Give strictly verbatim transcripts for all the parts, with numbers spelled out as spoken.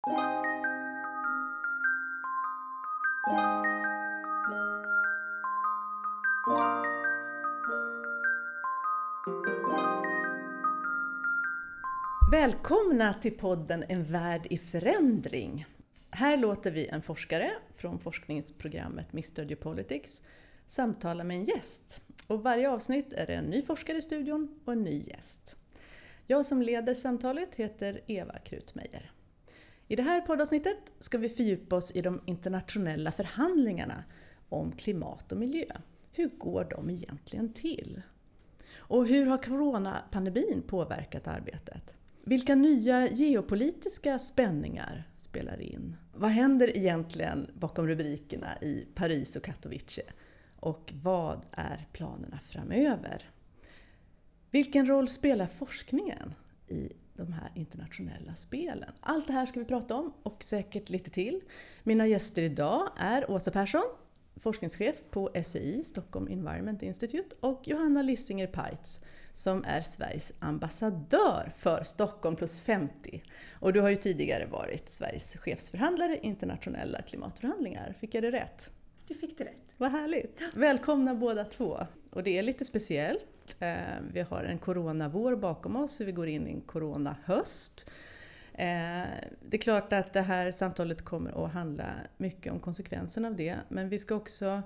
Välkomna till podden En värld i förändring. Här låter vi en forskare från forskningsprogrammet mister Geopolitics samtala med en gäst. Och varje avsnitt är det en ny forskare i studion och en ny gäst. Jag som leder samtalet heter Eva Krutmeijer. I det här poddavsnittet ska vi fördjupa oss i de internationella förhandlingarna om klimat och miljö. Hur går de egentligen till? Och hur har coronapandemin påverkat arbetet? Vilka nya geopolitiska spänningar spelar in? Vad händer egentligen bakom rubrikerna i Paris och Katowice? Och vad är planerna framöver? Vilken roll spelar forskningen i de här internationella spelen? Allt det här ska vi prata om och säkert lite till. Mina gäster idag är Åsa Persson, forskningschef på S E I, Stockholm Environment Institute, och Johanna Lissinger-Peitz som är Sveriges ambassadör för Stockholm plus femtio. Och du har ju tidigare varit Sveriges chefsförhandlare i internationella klimatförhandlingar. Fick jag det rätt? Du fick det rätt. Vad härligt. Välkomna båda två. Och det är lite speciellt. Vi har en coronavår bakom oss och vi går in i en coronahöst. Det är klart att det här samtalet kommer att handla mycket om konsekvenserna av det. Men vi ska också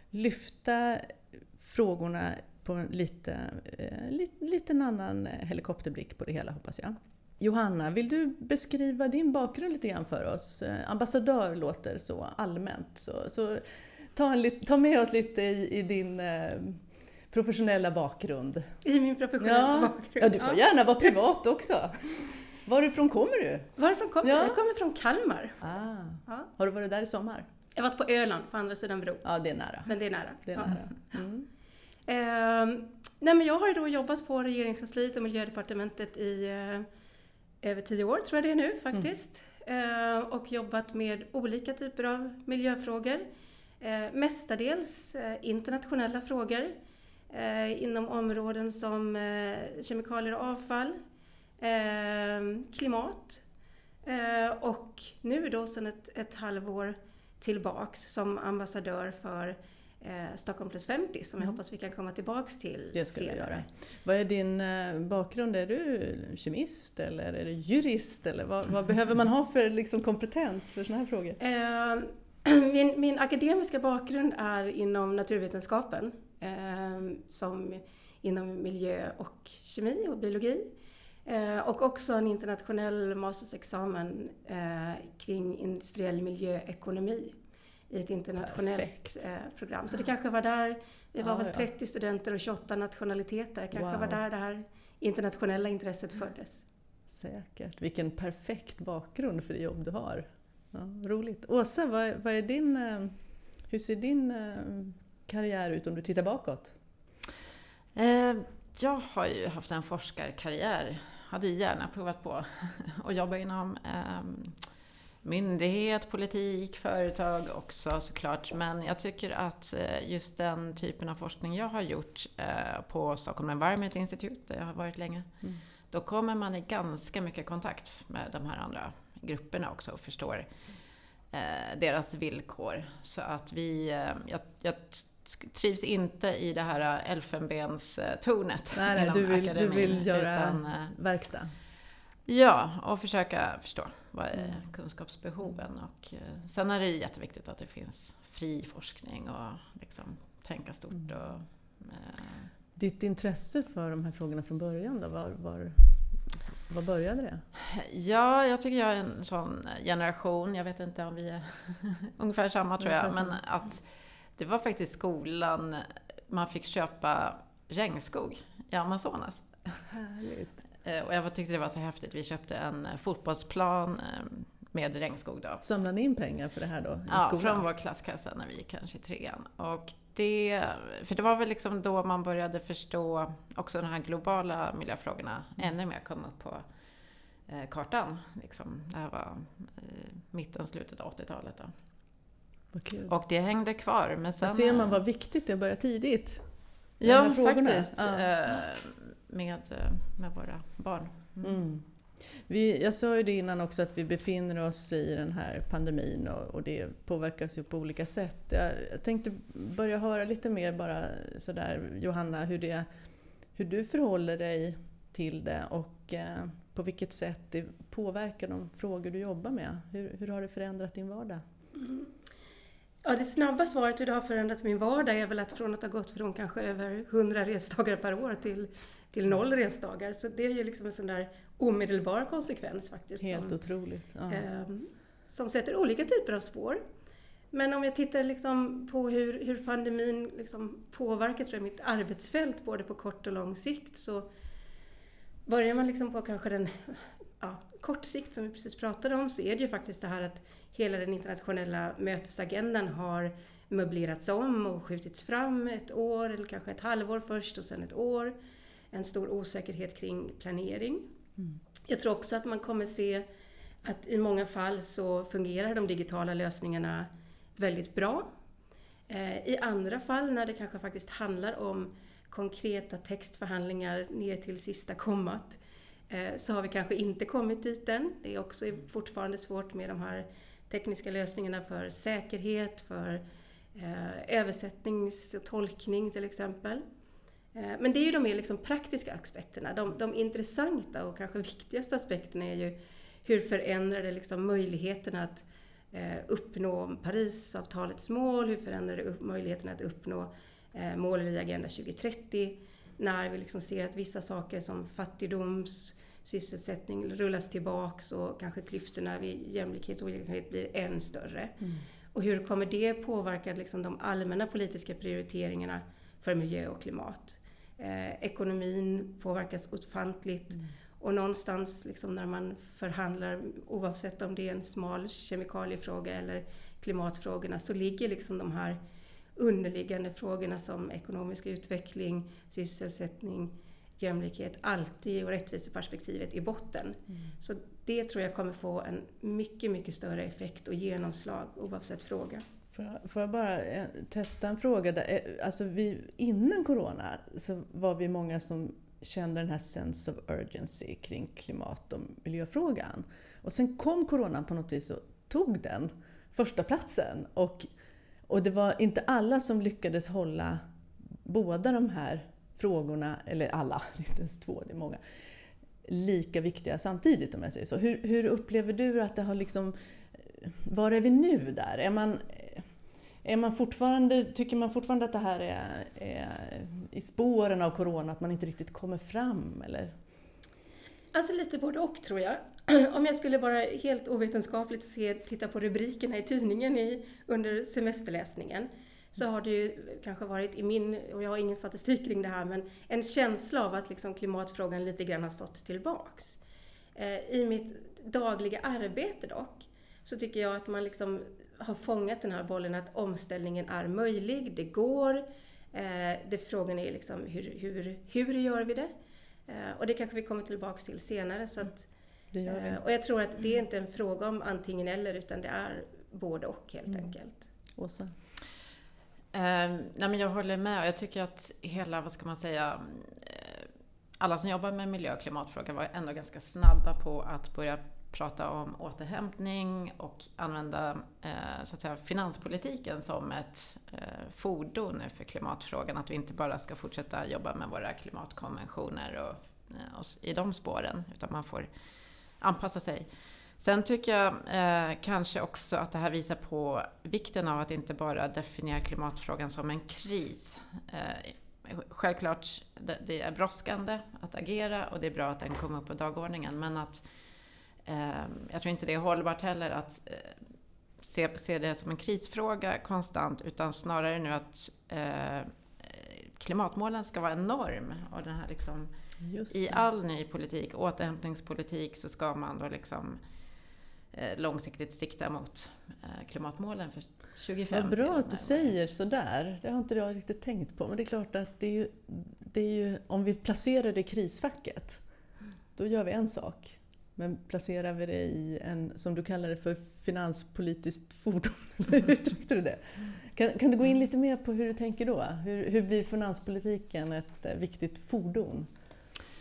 lyfta frågorna på en lite, lite, lite en annan helikopterblick på det hela, hoppas jag. Johanna, vill du beskriva din bakgrund lite grann för oss? Ambassadör låter så allmänt. Så, så ta, en, ta med oss lite i, i din eh, professionella bakgrund. I min professionella ja. bakgrund? Ja, du får ja. gärna vara privat också. Varifrån kommer du? Varifrån kommer ja. jag? Jag kommer från Kalmar. Ah. Ja. Har du varit där i sommar? Jag har varit på Öland, på andra sidan bro. Ja, det är nära. Men det är nära. Det är ja. nära. Mm. Eh, nej men jag har då jobbat på regeringskansliet och miljödepartementet i eh, över tio år, tror jag det är nu faktiskt. Mm. Eh, och jobbat med olika typer av miljöfrågor. Eh, mestadels eh, internationella frågor. Eh, inom områden som eh, kemikalier och avfall. Eh, klimat. Eh, och nu då sedan ett, ett halvår tillbaks som ambassadör för Eh, Stockholm plus femtio som jag hoppas vi kan komma tillbaks till. Det ska senare. vi göra. Vad är din eh, bakgrund? Är du kemist eller är du jurist? Eller vad, vad behöver man ha för liksom, kompetens för såna här frågor? Eh, min, min akademiska bakgrund är inom naturvetenskapen eh, som inom miljö och kemi och biologi. Eh, och också en internationell mastersexamen eh, kring industriell miljöekonomi i ett internationellt eh, program. Så det kanske var där, vi var ja, väl trettio ja. studenter och tjugoåtta nationaliteter. Kanske wow. var där det här internationella intresset föddes. Säkert. Vilken perfekt bakgrund för det jobb du har. Ja, roligt. Åsa, vad, vad är din, hur ser din karriär ut om du tittar bakåt? Eh, jag har ju haft en forskarkarriär. Hade gärna provat på att jobba inom eh, myndighet, politik, företag också såklart. Men jag tycker att just den typen av forskning jag har gjort på Stockholm Environment Institute, där jag har varit länge, mm. då kommer man i ganska mycket kontakt med de här andra grupperna också och förstår eh, deras villkor. Så att vi, eh, jag, jag trivs inte i det här elfenbenstornet. Nej, nej, du vill, akademin, du vill göra utan, verkstad. Ja, och försöka förstå vad är kunskapsbehoven. Och eh, sen är det jätteviktigt att det finns fri forskning och liksom tänka stort. Och, eh. Ditt intresse för de här frågorna från början då, var, var, var började det? Ja, jag tycker jag är en sån generation, jag vet inte om vi är ungefär samma tror jag, men att det var faktiskt skolan, man fick köpa regnskog i Amazonas. Härligt. Och jag tyckte det var så häftigt. Vi köpte en fotbollsplan med regnskog då. Samlade ni in pengar för det här då i ja, skolan? Från vår klasskassa när vi gick kanske i trean. Och det, för det var väl liksom då man började förstå också de här globala miljöfrågorna mm. ännu mer kom upp på eh, kartan. Liksom. Det här var eh, mitten, slutet av åttiotalet då. Vad kul. Och det hängde kvar. Men sen, där ser man vad viktigt det är att börja tidigt. Ja, faktiskt. Ja. Eh, med, med våra barn. Mm. Mm. Vi, jag sa ju det innan också att vi befinner oss i den här pandemin och, och det påverkas ju på olika sätt. Jag, jag tänkte börja höra lite mer bara sådär, Johanna, hur, det, hur du förhåller dig till det och eh, på vilket sätt det påverkar de frågor du jobbar med. Hur, hur har det förändrat din vardag? Mm. Ja, det snabba svaret hur det har förändrat min vardag är väl att från att ha gått från kanske över hundra resdagar per år till, till noll resdagar. Så det är ju liksom en sån där omedelbar konsekvens faktiskt. Helt som, otroligt. Ja. Eh, som sätter olika typer av spår. Men om jag tittar liksom på hur, hur pandemin liksom påverkar tror jag, mitt arbetsfält både på kort och lång sikt, så börjar man liksom på kanske den ja, kort sikt som vi precis pratade om, så är det ju faktiskt det här att hela den internationella mötesagendan har möblerats om och skjutits fram ett år eller kanske ett halvår först och sen ett år. En stor osäkerhet kring planering. Mm. Jag tror också att man kommer se att i många fall så fungerar de digitala lösningarna väldigt bra. I andra fall när det kanske faktiskt handlar om konkreta textförhandlingar ner till sista kommat så har vi kanske inte kommit dit än. Det är också fortfarande svårt med de här tekniska lösningarna för säkerhet, för eh, översättnings- och tolkning till exempel. Eh, men det är ju de mer liksom praktiska aspekterna. De, de intressanta och kanske viktigaste aspekterna är ju hur förändrar det liksom möjligheterna att eh, uppnå Parisavtalets mål, hur förändrar det upp, möjligheterna att uppnå eh, målen i Agenda tjugo trettio, när vi liksom ser att vissa saker som fattigdoms, sysselsättning rullas tillbaks och kanske klyftorna vid jämlikhet och ojämlikhet blir än större. Mm. Och hur kommer det påverka liksom de allmänna politiska prioriteringarna för miljö och klimat? Eh, ekonomin påverkas ofantligt mm. och någonstans liksom när man förhandlar, oavsett om det är en smal kemikaliefråga eller klimatfrågorna, så ligger liksom de här underliggande frågorna som ekonomisk utveckling, sysselsättning, jämlikhet alltid och rättviseperspektivet i botten. Mm. Så det tror jag kommer få en mycket, mycket större effekt och genomslag oavsett fråga. Får jag, får jag bara testa en fråga? Där? Alltså vi, innan corona så var vi många som kände den här sense of urgency kring klimat- och miljöfrågan. Och sen kom coronan på något vis och tog den första platsen. Och, och det var inte alla som lyckades hålla båda de här frågorna, eller alla, inte ens två, det är många, lika viktiga samtidigt om jag säger så. Hur, hur upplever du att det har liksom, var är vi nu där? Är man, är man fortfarande, tycker man fortfarande att det här är, är i spåren av corona, att man inte riktigt kommer fram, eller? Alltså lite både och tror jag. Om jag skulle bara helt ovetenskapligt se, titta på rubrikerna i tidningen i, under semesterläsningen, så har det ju kanske varit i min, och jag har ingen statistik kring det här, men en känsla av att liksom klimatfrågan lite grann har stått tillbaks. Eh, I mitt dagliga arbete dock, så tycker jag att man liksom har fångat den här bollen att omställningen är möjlig, det går. Eh, det frågan är liksom hur, hur, hur gör vi det? Eh, och det kanske vi kommer tillbaks till senare. Så att, det gör vi. Eh, och jag tror att det är inte en fråga om antingen eller, utan det är både och helt mm. enkelt. Åsa? Uh, nej men jag håller med. Jag tycker att hela, vad ska man säga, uh, alla som jobbar med miljö- och klimatfrågan var ändå ganska snabba på att börja prata om återhämtning och använda uh, så att säga, finanspolitiken som ett uh, fordon för klimatfrågan. Att vi inte bara ska fortsätta jobba med våra klimatkonventioner och, uh, och i de spåren, utan man får anpassa sig. Sen tycker jag eh, kanske också att det här visar på vikten av att inte bara definiera klimatfrågan som en kris. Eh, självklart, det, det är brådskande att agera och det är bra att den kommer upp på dagordningen. Men att eh, jag tror inte det är hållbart heller att eh, se, se det som en krisfråga konstant, utan snarare nu att eh, klimatmålen ska vara en norm. Och den här liksom, i all ny politik, återhämtningspolitik, så ska man då liksom långsiktigt sikta mot klimatmålen för tjugofemtio. Vad bra att du säger sådär. Det har inte jag riktigt tänkt på. Men det är klart att det är ju, det är ju, om vi placerar det i krisfacket, då gör vi en sak. Men placerar vi det i en, som du kallar det för, finanspolitiskt fordon, hur uttryckte du det? Kan, kan du gå in lite mer på hur du tänker då? Hur, hur blir finanspolitiken ett viktigt fordon?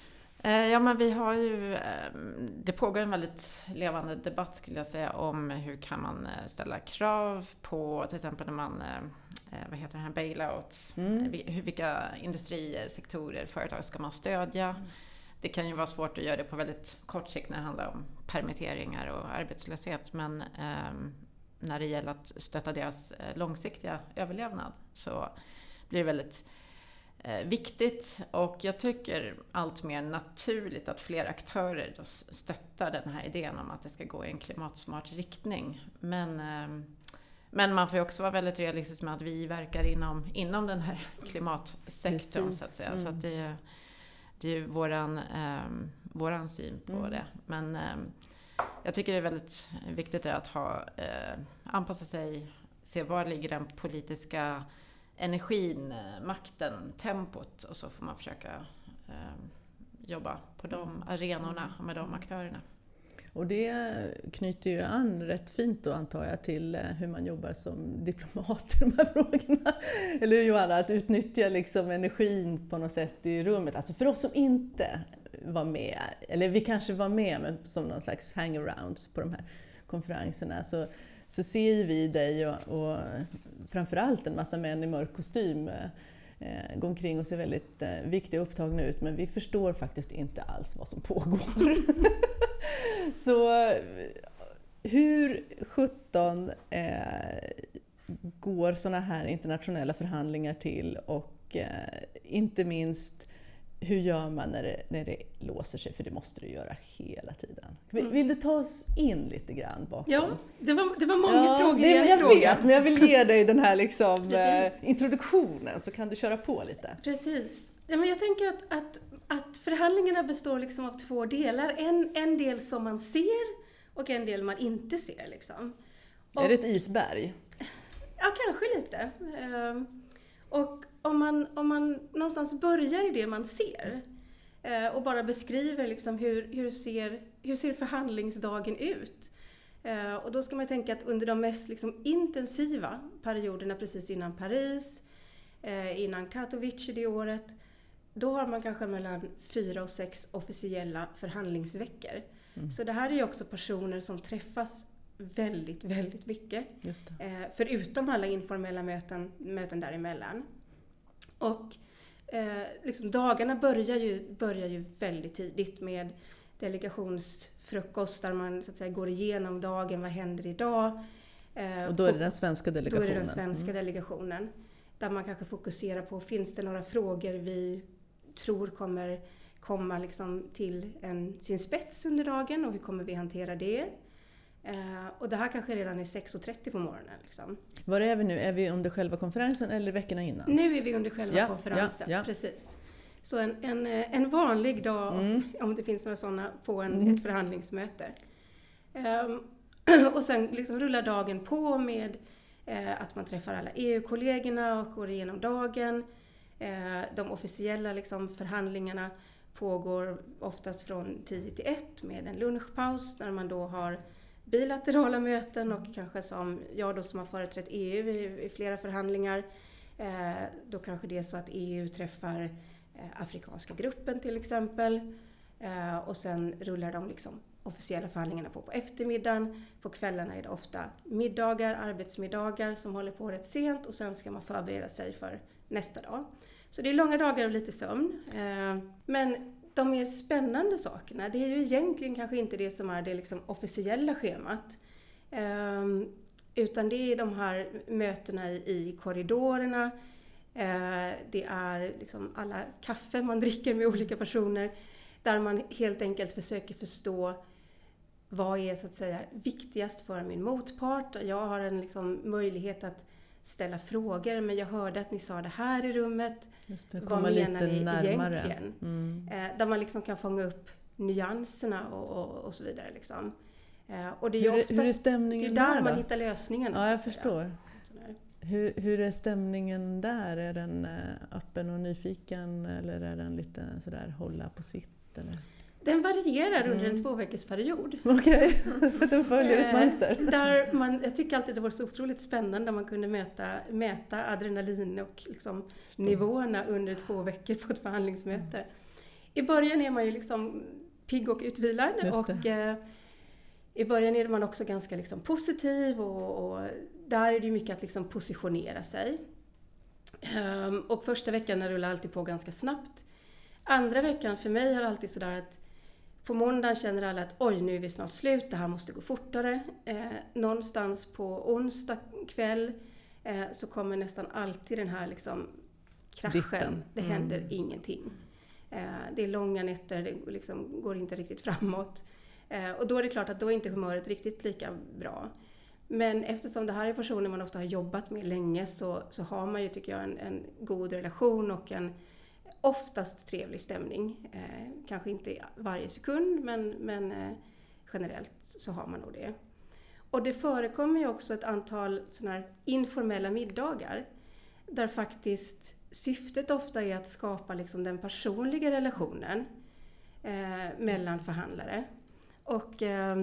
Ja, men vi har ju, det pågår en väldigt levande debatt skulle jag säga om hur kan man ställa krav på till exempel när man, vad heter det här, bailouts, mm. vilka industrier, sektorer, företag ska man stödja. Mm. Det kan ju vara svårt att göra det på väldigt kort sikt när det handlar om permitteringar och arbetslöshet, men eh, när det gäller att stötta deras långsiktiga överlevnad så blir det väldigt viktigt, och jag tycker allt mer naturligt att fler aktörer då stöttar den här idén om att det ska gå i en klimatsmart riktning. Men, men man får ju också vara väldigt realistisk med att vi verkar inom, inom den här klimatsektorn. Precis. Så att säga. Mm. Så att det, det är ju våran, um, våran syn på mm. det. Men um, jag tycker det är väldigt viktigt att ha, uh, anpassa sig, se var ligger den politiska energin, makten, tempot, och så får man försöka eh, jobba på de arenorna och med de aktörerna. Och det knyter ju an rätt fint då, antar jag, till hur man jobbar som diplomat i de här frågorna. Eller hur, Johanna? Att utnyttja liksom energin på något sätt i rummet. Alltså för oss som inte var med, eller vi kanske var med men som någon slags hangarounds på de här konferenserna, så så ser vi dig och, och framförallt en massa män i mörk kostym eh, gå omkring och ser väldigt eh, viktiga och upptagna ut, men vi förstår faktiskt inte alls vad som pågår. Så hur sjutton eh, går såna här internationella förhandlingar till, och eh, inte minst hur gör man när det, när det låser sig? För det måste det göra hela tiden. Vill, mm. vill du ta oss in lite grann bakom? Ja, det var, det var många ja, frågor det, i en jag fråga. vet, men jag vill ge dig den här liksom, eh, introduktionen, så kan du köra på lite. Precis. Ja, men jag tänker att, att, att förhandlingarna består liksom av två delar. En, en del som man ser och en del man inte ser. Liksom. Och, är det ett isberg? Ja, kanske lite. Och om man, om man någonstans börjar i det man ser eh, och bara beskriver liksom hur, hur, ser, hur ser förhandlingsdagen ut. Eh, och då ska man tänka att under de mest liksom, intensiva perioderna precis innan Paris, eh, innan Katowice det året, då har man kanske mellan fyra och sex officiella förhandlingsveckor. Mm. Så det här är ju också personer som träffas väldigt, väldigt mycket. Just det. Eh, förutom alla informella möten, möten däremellan. Och eh, liksom dagarna börjar ju, börjar ju väldigt tidigt med delegationsfrukost där man så att säga går igenom dagen, vad händer idag. Eh, och då är det den svenska delegationen. Då är det den svenska mm. delegationen. Där man kanske fokuserar på, finns det några frågor vi tror kommer komma liksom till en, sin spets under dagen och hur kommer vi hantera det? Uh, och det här kanske redan är sex och trettio på morgonen. Liksom. Var är vi nu? Är vi under själva konferensen eller veckorna innan? Nu är vi under själva ja, konferensen, ja, ja. Precis. Så en, en, en vanlig dag, mm. om det finns några sådana, på en, mm. ett förhandlingsmöte. Um, och sen liksom rullar dagen på med uh, att man träffar alla E U-kollegorna och går igenom dagen. Uh, de officiella liksom, förhandlingarna pågår oftast från tio till ett med en lunchpaus där man då har bilaterala möten och kanske som jag då som har företrätt E U i, i flera förhandlingar, eh, då kanske det är så att E U träffar eh, afrikanska gruppen till exempel eh, och sen rullar de liksom officiella förhandlingarna på på eftermiddagen. På kvällarna är det ofta middagar, arbetsmiddagar som håller på rätt sent och sen ska man förbereda sig för nästa dag. Så det är långa dagar och lite sömn. Eh, men de mer spännande sakerna, det är ju egentligen kanske inte det som är det liksom officiella schemat. Um, utan det är de här mötena i, i korridorerna. Uh, det är liksom alla kaffe man dricker med olika personer. Där man helt enkelt försöker förstå vad är så att säga viktigast för min motpart. Jag har en liksom möjlighet att ställa frågor, men jag hörde att ni sa det här i rummet. Just det, vad menar ni närmare. Egentligen? Mm. Eh, där man liksom kan fånga upp nyanserna och, och, och så vidare. Liksom. Eh, och det är hur, ju oftast, hur är stämningen det är där där man då? hittar lösningen. Ja, jag förstår. Hur, hur är stämningen där? Är den öppen och nyfiken eller är den lite sådär hålla på sitt? Eller? Den varierar mm. under en två veckors period. Okej, okay. Den följer ett mönster. Där man, jag tycker alltid det var så otroligt spännande när man kunde mäta, mäta adrenalin och liksom nivåerna under två veckor på ett förhandlingsmöte. i början är man ju liksom pigg och utvilad och eh, i början är man också ganska liksom positiv och, och där är det ju mycket att liksom positionera sig. Um, och första veckan rullar alltid på ganska snabbt. Andra veckan för mig är det alltid sådär att på måndagen känner alla att oj, nu är vi snart slut, det här måste gå fortare. Eh, någonstans på onsdag kväll eh, så kommer nästan alltid den här liksom kraschen. Dippen. Det händer mm. ingenting. Eh, det är långa nätter, det liksom går inte riktigt framåt. Eh, och då är det klart att då är inte humöret riktigt lika bra. Men eftersom det här är personer man ofta har jobbat med länge så, så har man ju, tycker jag, en, en god relation och en oftast trevlig stämning. Eh, kanske inte varje sekund, men, men eh, generellt så har man nog det. Och det förekommer ju också ett antal såna här informella middagar där faktiskt syftet ofta är att skapa liksom den personliga relationen eh, mellan förhandlare. Och eh,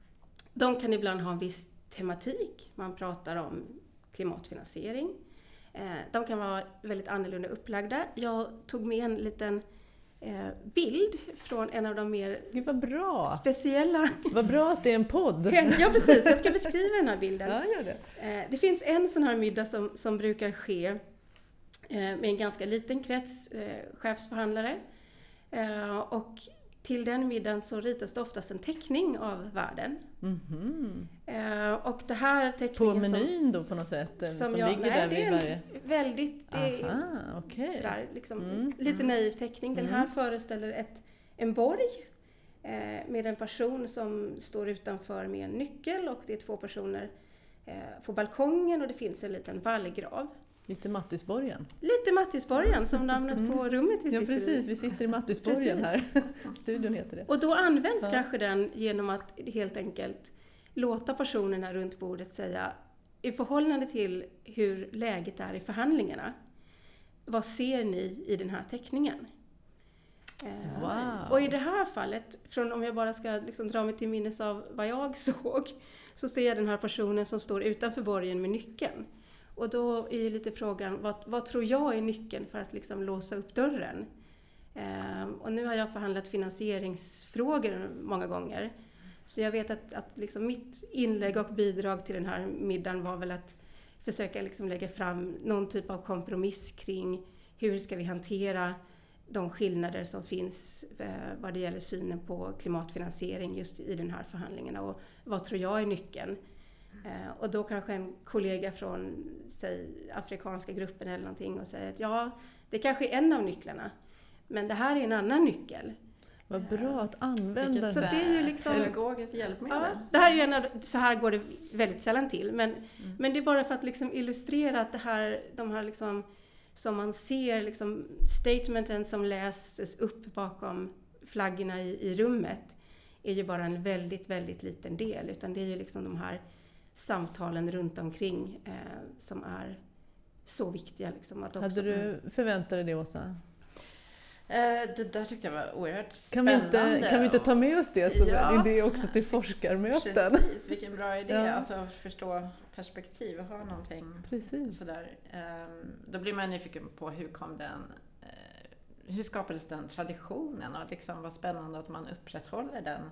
de kan ibland ha en viss tematik. Man pratar om klimatfinansiering. Eh, de kan vara väldigt annorlunda upplagda. Jag tog med en liten eh, bild från en av de mer Gud, vad bra. speciella... Vad bra att det är en podd. Ja, precis. Jag ska beskriva den här bilden. Ja, gör det. Eh, det finns en sån här middag som, som brukar ske eh, med en ganska liten krets eh, chefsförhandlare. Eh, och till den middagen så ritas det oftast en teckning av världen. Mm-hmm. Eh, och det här teckningen på menyn som, då på något sätt? Som, som jag, ligger nej, där vid varje... väldigt... Det Aha, okay. sådär, liksom, mm, lite mm. naiv teckning. Den här mm. föreställer ett, en borg eh, med en person som står utanför med en nyckel. Och det är två personer eh, på balkongen och det finns en liten vallgrav. Lite Mattisborgen. Lite Mattisborgen som namnet mm. på rummet vi sitter i. Ja, precis. I. Vi sitter i Mattisborgen här. Studion heter det. Och då används ja. kanske den genom att helt enkelt låta personerna runt bordet säga i förhållande till hur läget är i förhandlingarna. Vad ser ni i den här teckningen? Wow. Och i det här fallet, från om jag bara ska liksom dra mig till minnes av vad jag såg, så ser jag den här personen som står utanför borgen med nyckeln. Och då är ju lite frågan, vad, vad tror jag är nyckeln för att liksom låsa upp dörren? Ehm, och nu har jag förhandlat finansieringsfrågor många gånger. Så jag vet att, att liksom mitt inlägg och bidrag till den här middagen var väl att försöka liksom lägga fram någon typ av kompromiss kring hur ska vi hantera de skillnader som finns eh, vad det gäller synen på klimatfinansiering just i den här förhandlingarna. Och vad tror jag är nyckeln? Eh, och då kanske en kollega från säg, afrikanska gruppen eller någonting och säger att ja, det kanske är en av nycklarna. Men det här är en annan nyckel. Vad bra att använda Vilket så det är ju liksom pedagogiskt hjälpmedel. Ja, det här är ju en av, så här går det väldigt sällan till. Men, mm. men det är bara för att liksom illustrera att det här, de här liksom, som man ser liksom statementen som läses upp bakom flaggorna i, i rummet är ju bara en väldigt, väldigt liten del. Utan det är ju liksom de här samtalen runt omkring eh, som är så viktiga. Liksom, att också Hade du förväntat dig det, Åsa? Det där tyckte jag var oerhört Kan spännande. vi inte, kan vi inte ta med oss det som ja. en idé också till forskarmöten? Precis, vilken bra idé. Ja. Alltså att förstå perspektiv och ha någonting Precis. sådär. Då blir man nyfiken på hur kom den, hur skapades den traditionen och liksom vad spännande att man upprätthåller den.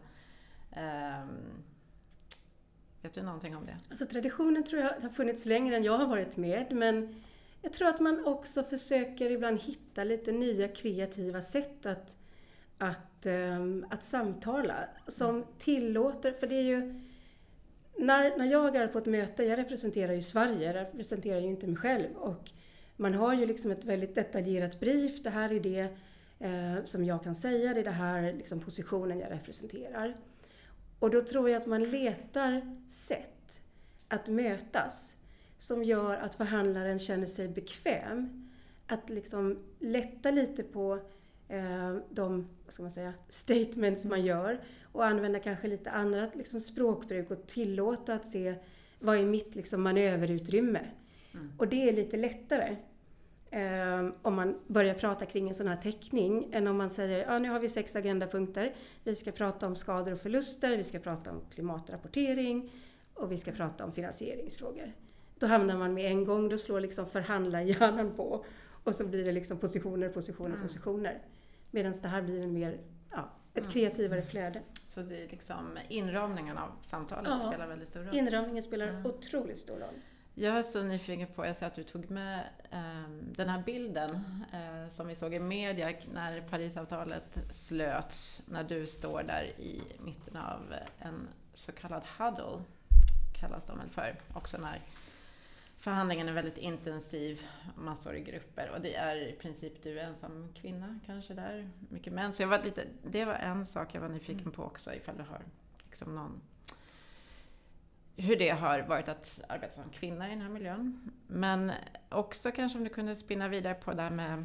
Vet du någonting om det? Alltså traditionen tror jag har funnits längre än jag har varit med, men jag tror att man också försöker ibland hitta lite nya kreativa sätt att, att, um, att samtala som mm. tillåter, för det är ju när, när jag är på ett möte, jag representerar ju Sverige, jag representerar ju inte mig själv och man har ju liksom ett väldigt detaljerat brief, det här är det eh, som jag kan säga, det är det här liksom positionen jag representerar. Och då tror jag att man letar sätt att mötas som gör att förhandlaren känner sig bekväm. Att liksom lätta lite på eh, de vad ska man säga, statements man gör. Och använda kanske lite annat liksom, språkbruk och tillåta att se vad är mitt liksom, manöverutrymme. Mm. Och det är lite lättare eh, om man börjar prata kring en sån här teckning. Än om man säger, ja nu har vi sex agendapunkter. Vi ska prata om skador och förluster. Vi ska prata om klimatrapportering. Och vi ska prata om finansieringsfrågor. Då hamnar man med en gång, då slår liksom förhandlarhjärnan på. Och så blir det liksom positioner, positioner, mm. positioner. Medan det här blir en mer, ja, ett mm. kreativare flöde. Så det är liksom inramningen av samtalet ja. spelar väldigt stor roll? Inramningen spelar ja. otroligt stor roll. Jag är så nyfiken på, jag ser att du tog med um, den här bilden uh, som vi såg i media när Parisavtalet slöts, när du står där i mitten av en så kallad huddle, kallas de väl för, också när förhandlingen är väldigt intensiv, man står i grupper och det är i princip du ensam kvinna kanske där, mycket män. Så jag var lite, det var en sak jag var nyfiken på också, ifall du har liksom någon, hur det har varit att arbeta som kvinna i den här miljön. Men också kanske om du kunde spinna vidare på det här med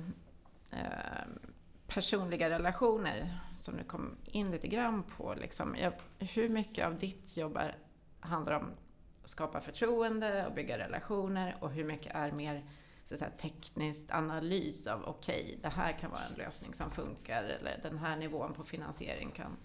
eh, personliga relationer som du kom in lite grann på. Liksom. Jag, hur mycket av ditt jobb är, handlar om att skapa förtroende och bygga relationer och hur mycket är mer så att säga, tekniskt analys av okej, okay, det här kan vara en lösning som funkar eller den här nivån på finansiering kan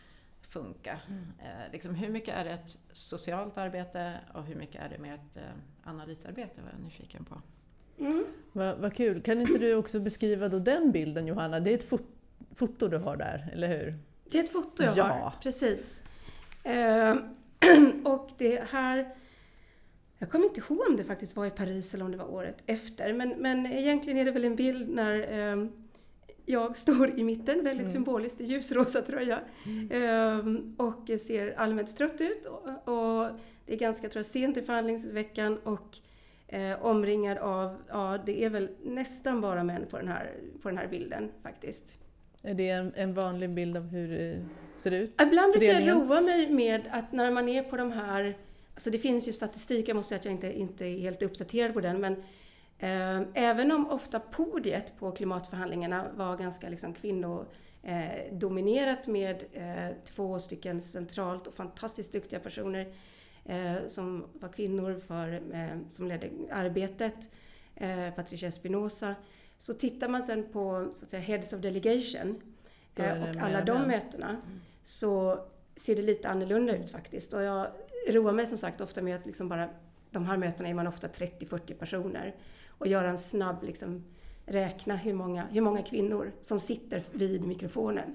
funka. Mm. Eh, liksom, hur mycket är det ett socialt arbete och hur mycket är det med ett eh, analysarbete, var jag nyfiken på. Mm. Vad va kul. Kan inte du också beskriva då den bilden, Johanna? Det är ett fot- foto du har där, eller hur? Det är ett foto jag ja. har, precis. Eh, och det här, jag kommer inte ihåg om det faktiskt var i Paris eller om det var året efter, men, men egentligen är det väl en bild när eh, jag står i mitten, väldigt mm. symboliskt, i ljusrosa tröja mm. ehm, och ser allmänt trött ut och, och det är ganska trött sent i förhandlingsveckan och eh, omringad av, ja det är väl nästan bara män på den här, på den här bilden faktiskt. Är det en, en vanlig bild av hur det ser ut? Ibland brukar jag roa mig med att när man är på de här, alltså det finns ju statistik, jag måste säga att jag inte, inte är helt uppdaterad på den, men Eh, även om ofta podiet på klimatförhandlingarna var ganska liksom kvinnodominerat eh, med eh, två stycken centralt och fantastiskt duktiga personer eh, som var kvinnor för, eh, som ledde arbetet, eh, Patricia Espinosa. Så tittar man sen på så att säga, Heads of Delegation eh, och alla de mötena mm. så ser det lite annorlunda ut faktiskt. Och jag roar mig som sagt ofta med att liksom bara, de här mötena är man ofta trettio till fyrtio personer. Och göra en snabb, liksom, räkna hur många, hur många kvinnor som sitter vid mikrofonen.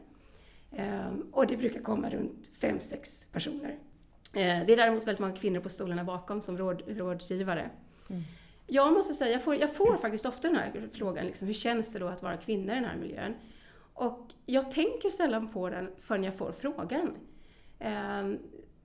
Um, och det brukar komma runt fem sex personer. Uh, det är däremot väldigt många kvinnor på stolarna bakom som råd, rådgivare. Mm. Jag måste säga, jag får, jag får faktiskt ofta den här frågan, liksom, hur känns det då att vara kvinna i den här miljön? Och jag tänker sällan på den förrän jag får frågan. Um,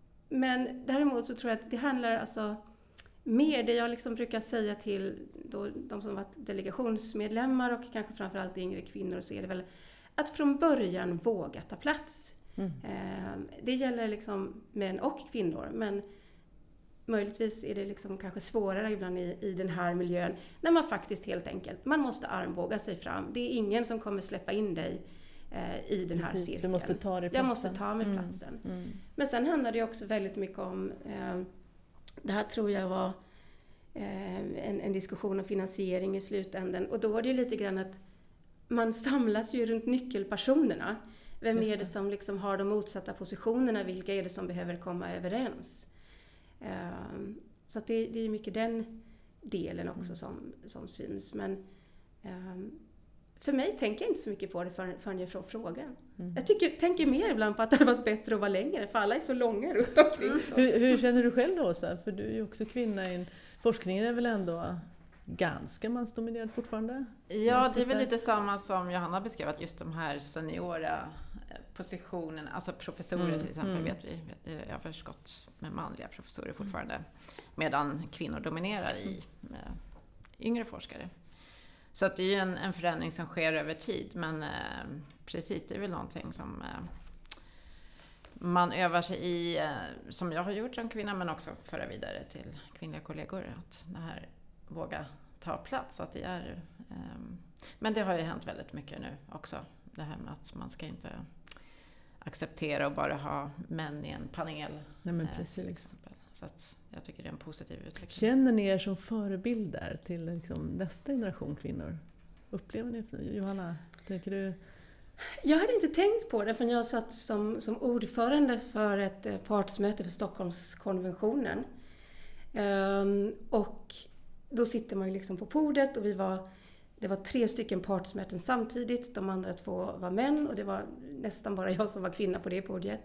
men däremot så tror jag att det handlar alltså mer, det jag liksom brukar säga till då, de som varit delegationsmedlemmar och kanske framförallt yngre kvinnor, så är det väl att från början våga ta plats. Mm. Eh, det gäller liksom män och kvinnor, men möjligtvis är det liksom kanske svårare ibland i, i den här miljön när man faktiskt helt enkelt, man måste armbåga sig fram. Det är ingen som kommer släppa in dig eh, i den Precis, här cirkeln. Du måste ta dig Jag måste ta mig mm. platsen. Mm. Men sen handlar det också väldigt mycket om eh, det här tror jag var eh, en, en diskussion om finansiering i slutändan. Och då är det lite grann att man samlas ju runt nyckelpersonerna. Vem är det som liksom har de motsatta positionerna? Vilka är det som behöver komma överens? Eh, så att det, det är mycket den delen också mm. som, som syns. Men eh, för mig tänker jag inte så mycket på det förrän, förrän jag får frågan. Mm. Jag tycker, tänker mer ibland på att det hade varit bättre att vara längre, för alla är så långa runt omkring. Så. Hur, hur känner du själv då, Åsa? För du är ju också kvinna. In. Forskningen är väl ändå ganska mansdominerad fortfarande? Ja, det är väl lite samma som Johanna beskrev, att just de här seniora positionerna, alltså professorer mm. till exempel, mm. vet vi, jag har förstått med manliga professorer fortfarande, mm. medan kvinnor dominerar i med yngre forskare. Så att det är ju en, en förändring som sker över tid, men eh, precis, det är väl någonting som eh, man övar sig i, eh, som jag har gjort som kvinna, men också föra vidare till kvinnliga kollegor, att det här våga ta plats, att det är eh, men det har ju hänt väldigt mycket nu också, det här med att man ska inte acceptera och bara ha män i en panel. Nej, men precis. Eh, till exempel. Så att jag tycker det är en positiv utveckling. Känner ni er som förebilder till liksom nästa generation kvinnor? Upplever ni, Johanna, tänker du? Jag hade inte tänkt på det förrän jag satt som, som ordförande för ett partsmöte för Stockholmskonventionen. Um, och då sitter man ju liksom på podiet och vi var det var tre stycken partsmöten samtidigt. De andra två var män och det var nästan bara jag som var kvinna på det podiet.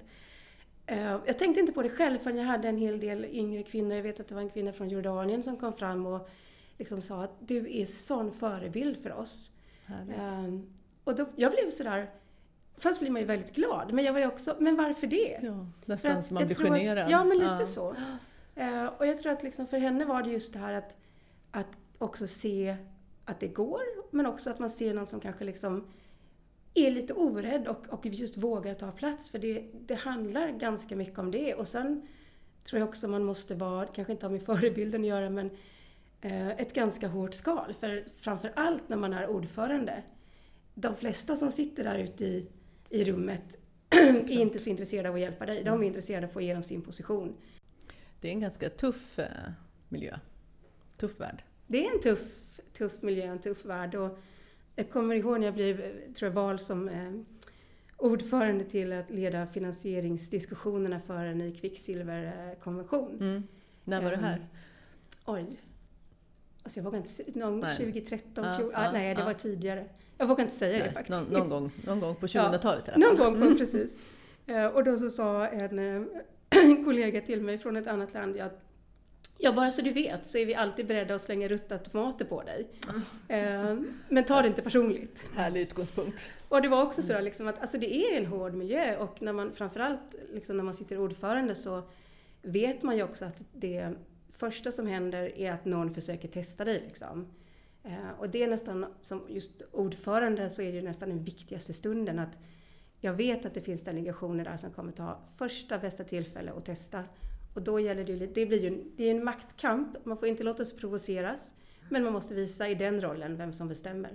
Jag tänkte inte på det själv förrän jag hade en hel del yngre kvinnor. Jag vet att det var en kvinna från Jordanien som kom fram och liksom sa att du är sån förebild för oss. Um, och då, jag blev sådär, först blir man ju väldigt glad, men jag var ju också, men varför det? Ja, nästan att, som man blir generad. generad. Ja, men lite ja. så. Uh, och jag tror att liksom för henne var det just det här att, att också se att det går, men också att man ser någon som kanske liksom är lite orädd och, och just vågar ta plats. För det, det handlar ganska mycket om det. Och sen tror jag också man måste vara, kanske inte ha med förebilden att göra, men eh, ett ganska hårt skal. För framför allt när man är ordförande. De flesta som sitter där ute i, i rummet är inte så intresserade av att hjälpa dig. De är intresserade av att få igenom sin position. Det är en ganska tuff eh, miljö. Tuff värld. Det är en tuff, tuff miljö, en tuff värld. Och jag kommer ihåg när jag blev, tror jag, vald som eh, ordförande till att leda finansieringsdiskussionerna för en ny kvicksilverkonvention. Mm. När var det här? Um, oj. Alltså jag vågar inte säga, någon tjugohundratretton, ja, fjorton, ja, ah, nej ja. det var tidigare. Jag vågar inte säga nej, det faktiskt. Någon, någon, gång, någon gång på tjugohundratalet ja, i alla fall. Någon gång, mm. precis. Uh, och då så sa en uh, kollega till mig från ett annat land, jag Ja, bara så du vet så är vi alltid beredda att slänga ruttat tomater på dig. Mm. Eh, men ta det inte personligt. Härlig utgångspunkt. Och det var också så liksom att alltså det är en hård miljö och när man, framförallt liksom när man sitter ordförande så vet man ju också att det första som händer är att någon försöker testa dig. Liksom. Eh, och det är nästan, som just ordförande så är det nästan den viktigaste stunden att jag vet att det finns delegationer där som kommer ta första bästa tillfälle att testa. Och då gäller det, det blir ju det är en maktkamp, man får inte låta sig provoceras, men man måste visa i den rollen vem som bestämmer.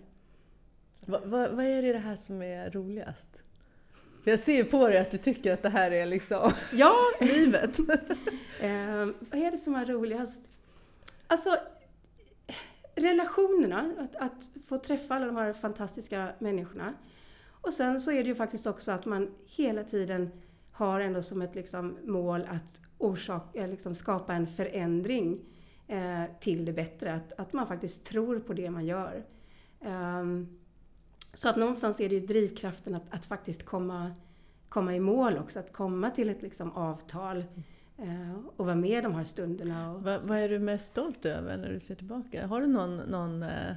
Va, va, vad är det, det här som är roligast? För jag ser på dig att du tycker att det här är liksom ja. livet. eh, vad är det som är roligast? Alltså, relationerna, att, att få träffa alla de här fantastiska människorna. Och sen så är det ju faktiskt också att man hela tiden har ändå som ett liksom mål att orsak, liksom skapa en förändring eh, till det bättre. Att, att man faktiskt tror på det man gör. Um, så att någonstans är det ju drivkraften att, att faktiskt komma, komma i mål också. Att komma till ett liksom avtal eh, och vara med de här stunderna. Och, Va, vad är du mest stolt över när du ser tillbaka? Har du någon, någon eh,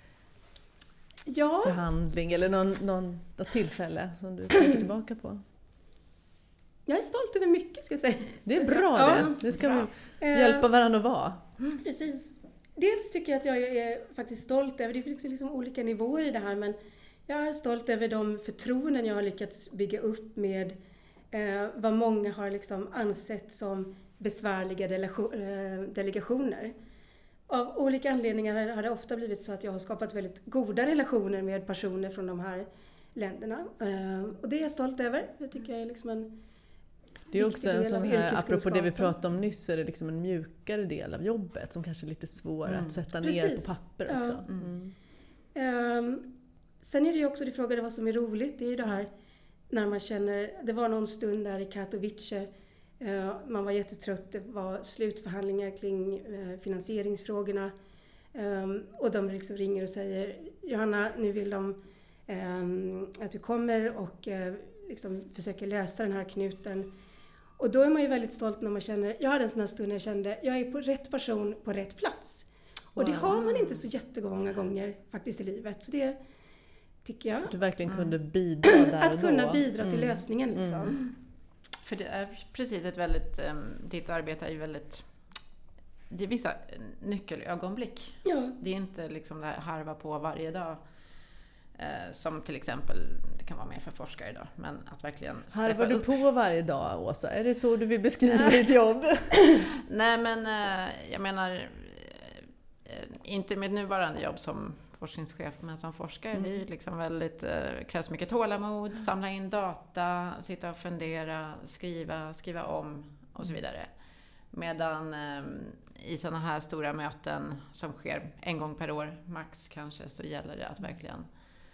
ja. förhandling eller någon, någon, något tillfälle som du tänker tillbaka på? Jag är stolt över mycket, ska jag säga. Det är bra ja, det. Det ska bra. vi hjälpa varandra att vara. Mm, precis. Dels tycker jag att jag är faktiskt stolt över, det finns liksom olika nivåer i det här, men jag är stolt över de förtroenden jag har lyckats bygga upp med eh, vad många har liksom ansett som besvärliga delegationer. Av olika anledningar har det ofta blivit så att jag har skapat väldigt goda relationer med personer från de här länderna. Eh, och det är jag stolt över. Jag tycker jag är liksom en Det är också en sån här, apropå det vi pratade om nyss, är det liksom en mjukare del av jobbet som kanske är lite svår mm. att sätta ner Precis. På papper också. Ja. Mm. Um, sen är det ju också, du frågade vad som är roligt, det är ju det här när man känner, det var någon stund där i Katowice, uh, man var jättetrött, det var slutförhandlingar kring uh, finansieringsfrågorna um, och de liksom ringer och säger Johanna, nu vill de um, att du kommer och uh, liksom försöker lösa den här knuten. Och då är man ju väldigt stolt när man känner, jag hade en sån här stund när jag kände, jag är på rätt person på rätt plats. Wow. Och det har man inte så jättemånga gånger faktiskt i livet. Så det tycker jag. Du verkligen mm. kunde bidra där Att kunna då. bidra till mm. lösningen liksom. Mm. För det är precis ett väldigt, um, ditt arbete är ju väldigt, det är vissa nyckelögonblick. Ja. Det är inte liksom det här harva på varje dag. Eh, som till exempel, det kan vara mer för forskare idag, men att verkligen harvar du upp. På varje dag, Åsa? Är det så du vill beskriva ditt jobb? Nej, men eh, jag menar eh, inte med nuvarande jobb som forskningschef, men som forskare. Mm. Det är ju liksom väldigt, eh, krävs mycket tålamod, samla in data, sitta och fundera, skriva, skriva om och så vidare. Medan eh, i sådana här stora möten som sker en gång per år, max kanske, så gäller det att verkligen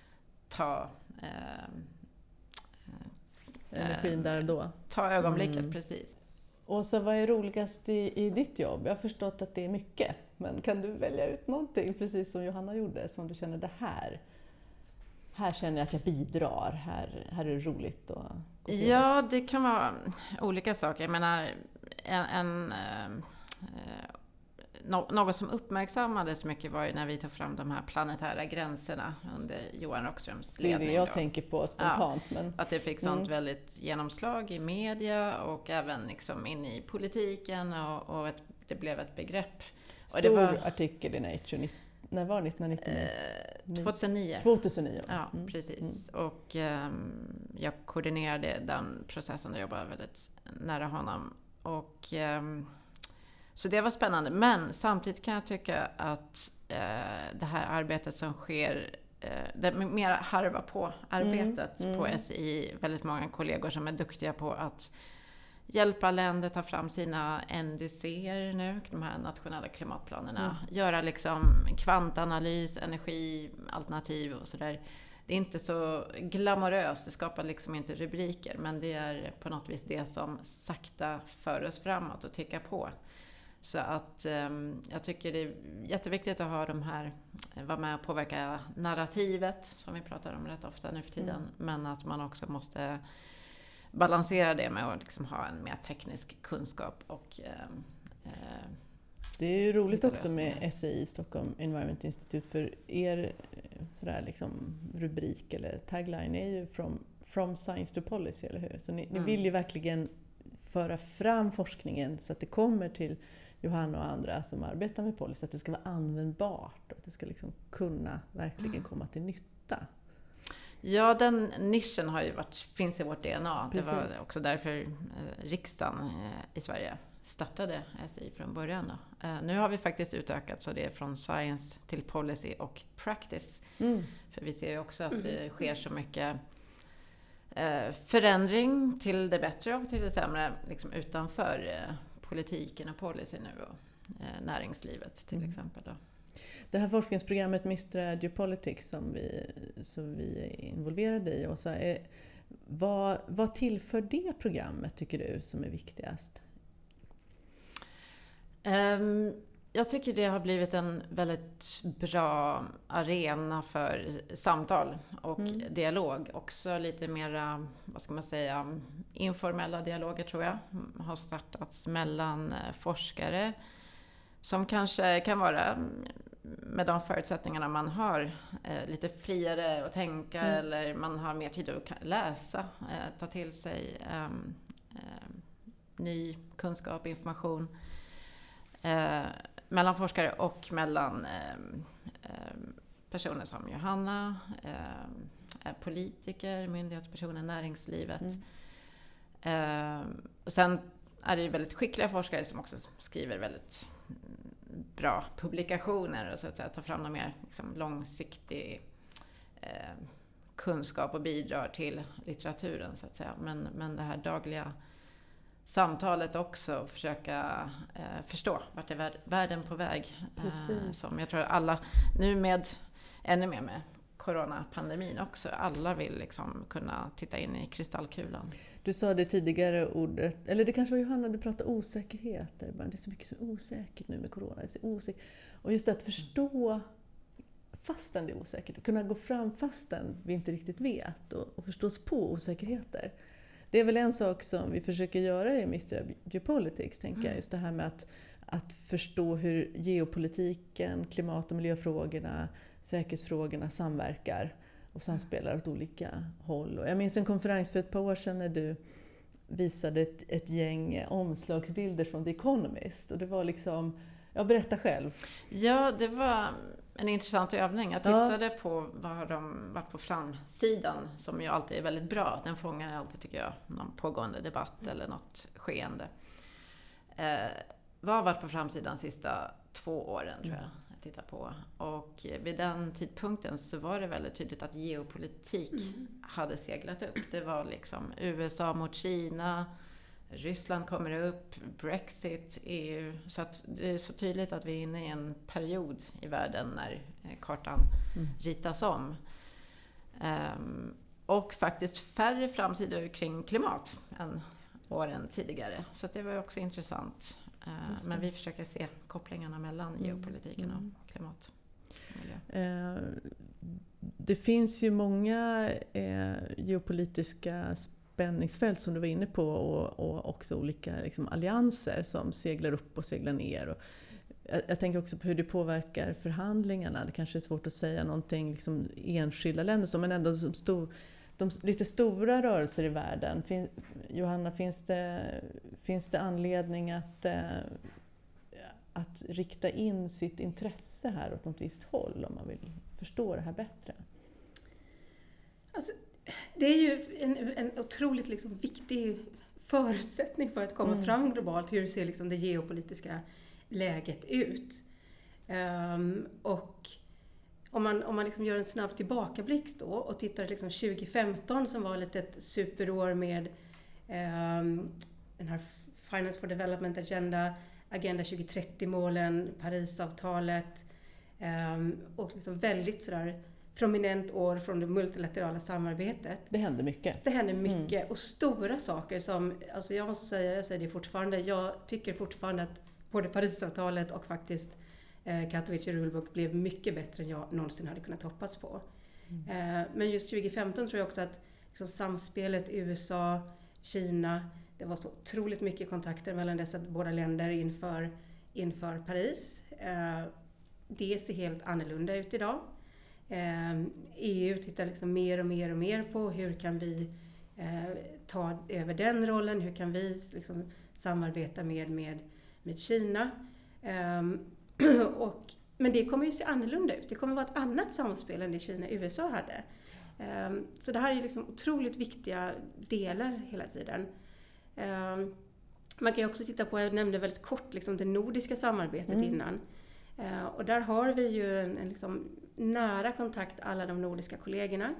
ta eh, energin där och då. Ta ögonblicket, mm. precis. Åsa, vad är roligast i, i ditt jobb? Jag har förstått att det är mycket, men kan du välja ut någonting, precis som Johanna gjorde, som du känner det här? Här känner jag att jag bidrar, här, här är det roligt. Och ja, det kan vara olika saker. Jag menar, en, en, eh, något som uppmärksammades mycket var ju när vi tog fram de här planetära gränserna under Johan Rockströms ledning. Det är det jag då. tänker på spontant. Ja, men... Att det fick sånt mm. väldigt genomslag i media och även liksom in i politiken och, och ett, det blev ett begrepp. Stor och det var, artikel i Nature. När var det? nittonhundranittionio? Eh, tjugohundranio. tjugohundranio. Ja, mm. precis. Mm. Och um, jag koordinerade den processen och jobbade väldigt nära honom. Och, um, så det var spännande. Men samtidigt kan jag tycka att uh, det här arbetet som sker, uh, det mer harva på arbetet mm. Mm. på S I, väldigt många kollegor som är duktiga på att hjälpa länder ta fram sina N D C:er nu, de här nationella klimatplanerna. Mm. Göra liksom kvantanalys, energialternativ och sådär. Det är inte så glamoröst, det skapar liksom inte rubriker, men det är på något vis det som sakta för oss framåt och tickar på. Så att um, jag tycker det är jätteviktigt att ha de här, vara med och påverka narrativet som vi pratar om rätt ofta nu för tiden, mm. men att man också måste balansera det med att liksom ha en mer teknisk kunskap. Och, eh, det är ju roligt också med S I, Stockholm Environment Institute, för er sådär liksom rubrik eller tagline är ju from, from science to policy, eller hur? Så ni, mm. ni vill ju verkligen föra fram forskningen så att det kommer till Johanna och andra som arbetar med policy, att det ska vara användbart och att det ska liksom kunna verkligen mm. komma till nytta. Ja, den nischen har ju varit, finns i vårt D N A. Precis. Det var också därför eh, riksdagen eh, i Sverige startade S I från början. Då. Eh, nu har vi faktiskt utökat så det är från science till policy och practice. Mm. För vi ser ju också att det sker så mycket eh, förändring till det bättre och till det sämre liksom utanför eh, politiken och policy nu och eh, näringslivet till mm. exempel. Då. Det här forskningsprogrammet mister Geopolitics som vi, som vi är involverade i, och så är, vad, vad tillför det programmet tycker du som är viktigast? Um, jag tycker det har blivit en väldigt bra arena för samtal och mm. dialog. Också lite mera, vad ska man säga, informella dialoger tror jag har startats mellan forskare som kanske kan vara med de förutsättningarna man har eh, lite friare att tänka mm. eller man har mer tid att läsa, eh, ta till sig eh, eh, ny kunskap, information eh, mellan forskare och mellan eh, eh, personer som Johanna, eh, politiker, myndighetspersoner, näringslivet. Mm. Eh, och sen är det ju väldigt skickliga forskare som också skriver väldigt bra publikationer och så att säga, ta fram en mer liksom, långsiktig eh, kunskap och bidrar till litteraturen så att säga. Men, men det här dagliga samtalet också, försöka eh, förstå vart är vär- världen på väg. Eh, som jag tror alla, nu med ännu mer med coronapandemin också, alla vill liksom kunna titta in i kristallkulan. Du sa det tidigare ordet, eller det kanske var Johanna, du pratade osäkerheter. Det är så mycket som är osäkert nu med corona. Det är så osäkert. Och just att förstå fastän det är osäkert, kunna gå fram fastän vi inte riktigt vet och, och förstås på osäkerheter. Det är väl en sak som vi försöker göra i mister Geopolitics, tänker mm. jag. Just det här med att, att förstå hur geopolitiken, klimat- och miljöfrågorna, säkerhetsfrågorna samverkar och samspelar åt olika håll. Och jag minns en konferens för ett par år sedan när du visade ett, ett gäng omslagsbilder från The Economist. Och det var liksom, jag berättar själv. Ja, det var en intressant övning. Jag tittade ja. på vad har de varit på framsidan, som ju alltid är väldigt bra. Den fångar alltid, tycker jag, någon pågående debatt eller något skeende. Eh, vad har varit på framsidan sista två åren, tror jag. Titta på. Och vid den tidpunkten så var det väldigt tydligt att geopolitik mm. hade seglat upp. Det var liksom U S A mot Kina, Ryssland kommer upp, Brexit, E U. Så att det är så tydligt att vi är inne i en period i världen när kartan mm. ritas om. Um, och faktiskt färre framsidor kring klimat än åren tidigare. Så att det var också intressant. Uh, men vi försöker se kopplingarna mellan mm. geopolitiken mm. och klimat. Eh, det finns ju många eh, geopolitiska spänningsfält som du var inne på och, och också olika liksom, allianser som seglar upp och seglar ner. Och jag, jag tänker också på hur det påverkar förhandlingarna. Det kanske är svårt att säga någonting liksom, enskilda länder som, men ändå som stor, de lite stora rörelser i världen. Fin, Johanna, finns det, finns det anledning att eh, att rikta in sitt intresse här åt något visst håll om man vill förstå det här bättre? Alltså, det är ju en, en otroligt liksom viktig förutsättning för att komma mm. fram globalt, hur ser liksom det geopolitiska läget ut. Um, och om man, om man liksom gör en snabb tillbakablick då och tittar liksom tjugo femton som var lite ett superår med um, den här Finance for Development Agenda, Agenda tjugo trettio-målen, Parisavtalet um, och liksom väldigt sådär prominent år från det multilaterala samarbetet. Det hände mycket. Det hände mycket mm. och stora saker som, alltså jag måste säga, jag säger det fortfarande, jag tycker fortfarande att både Parisavtalet och faktiskt eh, Katowice Rulebook blev mycket bättre än jag någonsin hade kunnat hoppas på. Mm. Eh, men just tjugo femton tror jag också att liksom, samspelet U S A, Kina, det var så otroligt mycket kontakter mellan dessa båda länder inför, inför Paris. Eh, det ser helt annorlunda ut idag. Eh, E U tittar liksom mer och mer och mer på hur kan vi eh, ta över den rollen, hur kan vi liksom samarbeta med, med, med Kina. Eh, och, men det kommer ju se annorlunda ut. Det kommer vara ett annat samspel än det Kina och U S A hade. Eh, så det här är liksom otroligt viktiga delar hela tiden. Uh, man kan ju också titta på, jag nämnde väldigt kort liksom det nordiska samarbetet mm. innan. Uh, och där har vi ju en, en liksom nära kontakt, alla de nordiska kollegorna.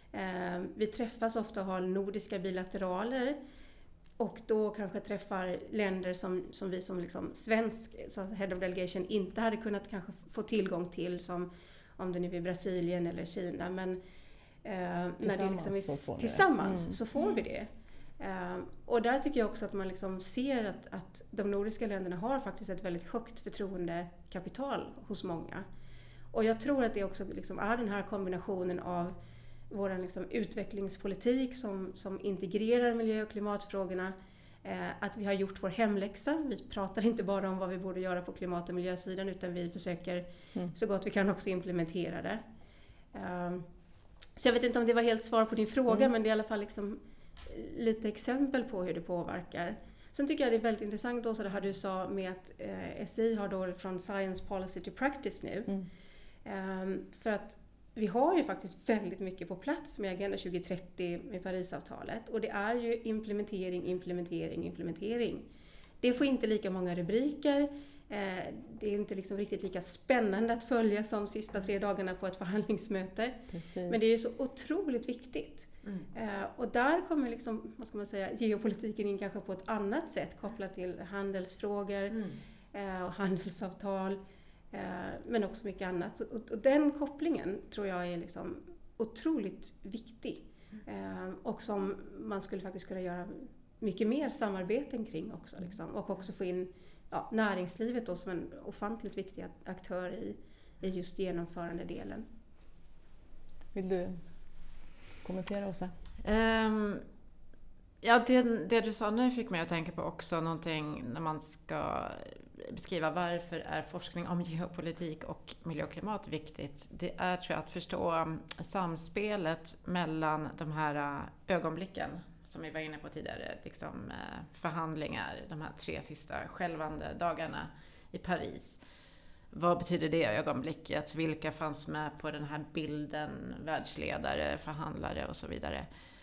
Uh, vi träffas ofta och har nordiska bilateraler. Och då kanske träffar länder som, som vi som liksom svensk så head of delegation inte hade kunnat kanske få tillgång till, som om det nu är Brasilien eller Kina. Men uh, när det liksom är så tillsammans mm. så får vi det. Uh, och där tycker jag också att man liksom ser att, att de nordiska länderna har faktiskt ett väldigt högt förtroendekapital hos många. Och jag tror att det också liksom är den här kombinationen av vår liksom utvecklingspolitik som, som integrerar miljö- och klimatfrågorna. Uh, att vi har gjort vår hemläxa. Vi pratar inte bara om vad vi borde göra på klimat- och miljösidan, utan vi försöker mm. så gott vi kan också implementera det. Uh, så jag vet inte om det var helt svar på din fråga, mm. men det är i alla fall liksom lite exempel på hur det påverkar. Sen tycker jag det är väldigt intressant också det här du sa med att eh, S I har då från Science Policy to Practice nu. Mm. Um, för att vi har ju faktiskt väldigt mycket på plats med Agenda tjugo trettio med Parisavtalet. Och det är ju implementering, implementering, implementering. Det får inte lika många rubriker. Eh, det är inte liksom riktigt lika spännande att följa som sista tre dagarna på ett förhandlingsmöte. Precis. Men det är ju så otroligt viktigt. Mm. Uh, och där kommer liksom, vad ska man säga, geopolitiken in kanske på ett annat sätt kopplat till handelsfrågor mm. uh, och handelsavtal uh, men också mycket annat. Och, och den kopplingen tror jag är liksom otroligt viktig uh, och som man skulle faktiskt kunna göra mycket mer samarbeten kring också liksom. Och också få in ja, näringslivet då som en ofantligt viktig aktör i, i just genomförandedelen. Vill du kommentera, Åsa? Um, ja, det, det du sa nu fick mig att tänka på också någonting när man ska beskriva varför är forskning om geopolitik och miljö och klimat viktigt. Det är tror jag att förstå samspelet mellan de här ögonblicken som vi var inne på tidigare, liksom förhandlingar, de här tre sista skälvande dagarna i Paris. Vad betyder det ögonblicket? Vilka fanns med på den här bilden? Världsledare, förhandlare och så vidare.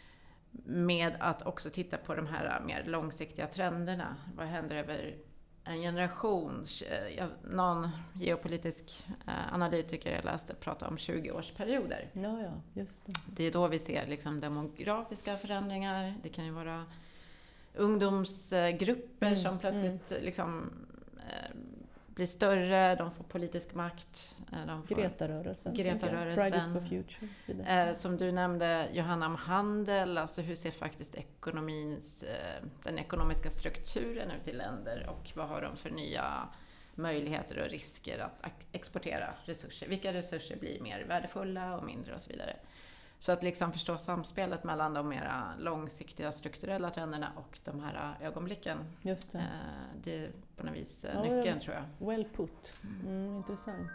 Med att också titta på de här mer långsiktiga trenderna. Vad händer över en generation? Någon geopolitisk analytiker jag läste prata om tjugo-årsperioder. Ja, ja, just det. Det är då vi ser liksom demografiska förändringar. Det kan ju vara ungdomsgrupper mm, som plötsligt mm. liksom... blir större, de får politisk makt. De får Greta-rörelsen. Greta-rörelsen. Fridays for Future. Och så vidare. Eh, som du nämnde, Johanna, om handel. Alltså hur ser faktiskt ekonomins, eh, den ekonomiska strukturen ut i länder och vad har de för nya möjligheter och risker att exportera resurser. Vilka resurser blir mer värdefulla och mindre och så vidare. Så att liksom förstå samspelet mellan de mera långsiktiga strukturella trenderna och de här ögonblicken. Just det. Det är på något vis ja, nyckeln, tror jag. Well put. Mm, intressant.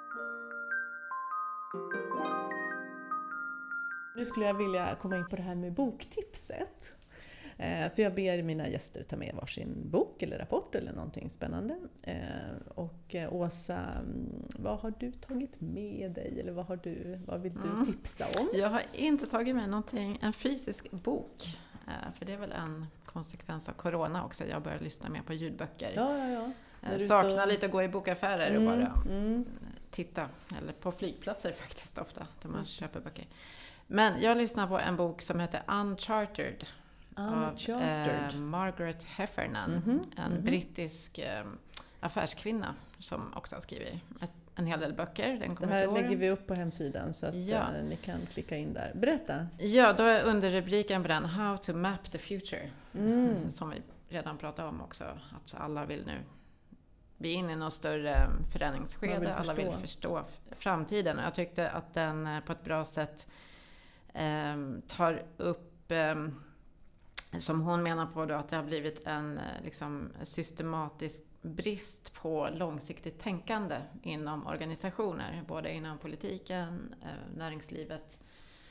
Nu skulle jag vilja komma in på det här med boktipset. Eh, för jag ber mina gäster ta med varsin bok eller rapport eller någonting spännande. Eh, och eh, Åsa, vad har du tagit med dig eller vad, har du, vad vill du mm. tipsa om? Jag har inte tagit med någonting, en fysisk bok. Eh, för det är väl en konsekvens av corona också. Jag börjar lyssna mer på ljudböcker. Ja, ja, ja. Jag saknar lite att gå i bokaffärer mm, och bara mm. titta. Eller på flygplatser faktiskt ofta, där man köper böcker. Men jag lyssnar på en bok som heter Uncharted. Uncharted. Av eh, Margaret Heffernan, mm-hmm, en mm-hmm. brittisk eh, affärskvinna som också har skrivit ett, en hel del böcker. Den det här lägger vi upp på hemsidan så att ja. eh, ni kan klicka in där. Berätta. Ja, då är under rubriken på den How to map the future. Mm. Som vi redan pratade om också. Att alla vill nu bli in i något större förändringsskede. Vill alla vill förstå framtiden. Och jag tyckte att den på ett bra sätt eh, tar upp eh, som hon menar på då, att det har blivit en liksom, systematisk brist på långsiktigt tänkande inom organisationer, både inom politiken, näringslivet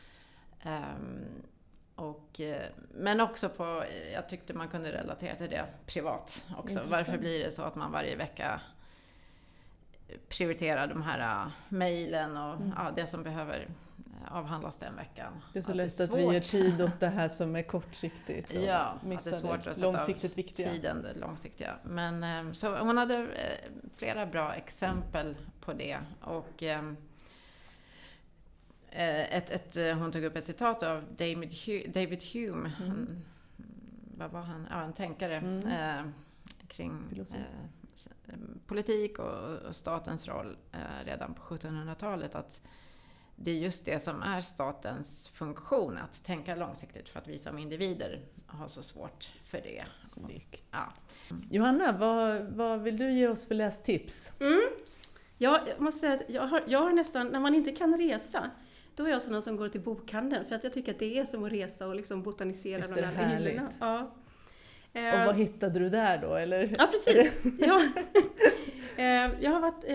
och, men också på, jag tyckte man kunde relatera till det privat också. Intressant. Varför blir det så att man varje vecka prioriterar de här mejlen och mm. ja, det som behöver avhandlas den veckan. Det är så att lätt det är att vi ger tid åt det här som är kortsiktigt och ja, missar det är svårt det att långsiktigt viktiga. Tiden, det långsiktiga. Men så hon hade flera bra exempel på det och ett, ett, hon tog upp ett citat av David, David Hume. Mm. Han, vad var han? Ja, en tänkare mm. eh, kring eh, politik och, och statens roll eh, redan på sjuttonhundratalet, att det är just det som är statens funktion, att tänka långsiktigt, för att vi som individer har så svårt för det. Snyggt. Ja. Johanna, vad, vad vill du ge oss för lästips? Mm. Jag måste säga att jag har, jag har nästan, när man inte kan resa, då är jag sådana som går till bokhandeln, för att jag tycker att det är som att resa och liksom botanisera Just de här hyllorna. Ja. Och vad hittade du där då? Eller? Ja, precis. ja. Jag har varit...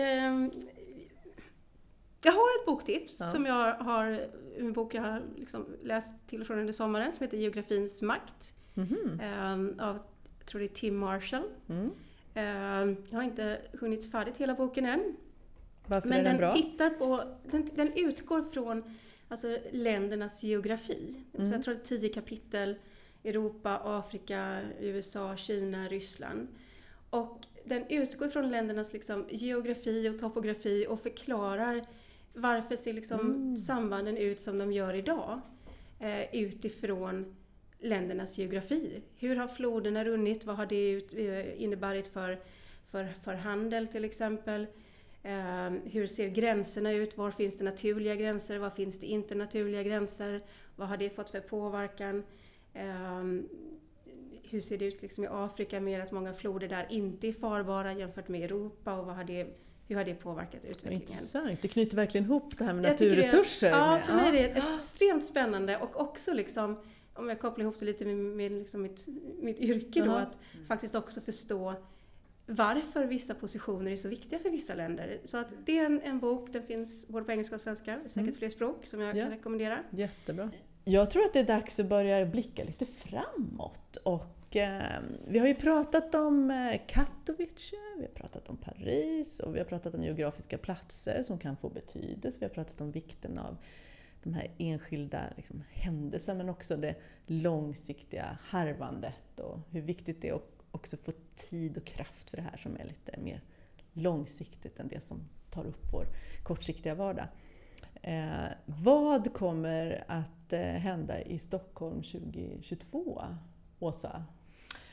Jag har ett boktips ja. som jag har, en bok jag har liksom läst till och från under sommaren, som heter Geografins makt. Mm-hmm. Av, jag tror det är Tim Marshall. Mm. Jag har inte hunnit färdigt hela boken än. Varför men är den, den bra? Tittar på, den, den utgår från alltså, ländernas geografi. Mm. Så jag tror det är tio kapitel. Europa, Afrika, U S A, Kina, Ryssland. Och den utgår från ländernas liksom, geografi och topografi och förklarar varför ser liksom mm. sambanden ut som de gör idag eh, utifrån ländernas geografi. Hur har floderna runnit? Vad har det ut, eh, inneburit för, för, för handel till exempel? Eh, hur ser gränserna ut? Var finns det naturliga gränser? Var finns det inte naturliga gränser? Vad har det fått för påverkan? Eh, hur ser det ut liksom i Afrika med att många floder där inte är farbara jämfört med Europa, och vad har det, hur har det påverkat utvecklingen? Intressant, det knyter verkligen ihop det här med jag naturresurser. Det, ja, med, för mig är det ja. extremt spännande, och också liksom, om jag kopplar ihop det lite med, med liksom mitt, mitt yrke då, uh-huh. att mm. faktiskt också förstå varför vissa positioner är så viktiga för vissa länder. Så att det är en, en bok, den finns både på engelska och svenska, säkert mm. fler språk, som jag ja. kan rekommendera. Jättebra. Jag tror att det är dags att börja blicka lite framåt, och eh, vi har ju pratat om eh, Katowice, vi har pratat om Paris och vi har pratat om geografiska platser som kan få betydelse. Vi har pratat om vikten av de här enskilda liksom, händelserna, men också det långsiktiga harvandet och hur viktigt det är att också få tid och kraft för det här som är lite mer långsiktigt än det som tar upp vår kortsiktiga vardag. Eh, vad kommer att eh, hända i Stockholm tjugo tjugotvå, Åsa?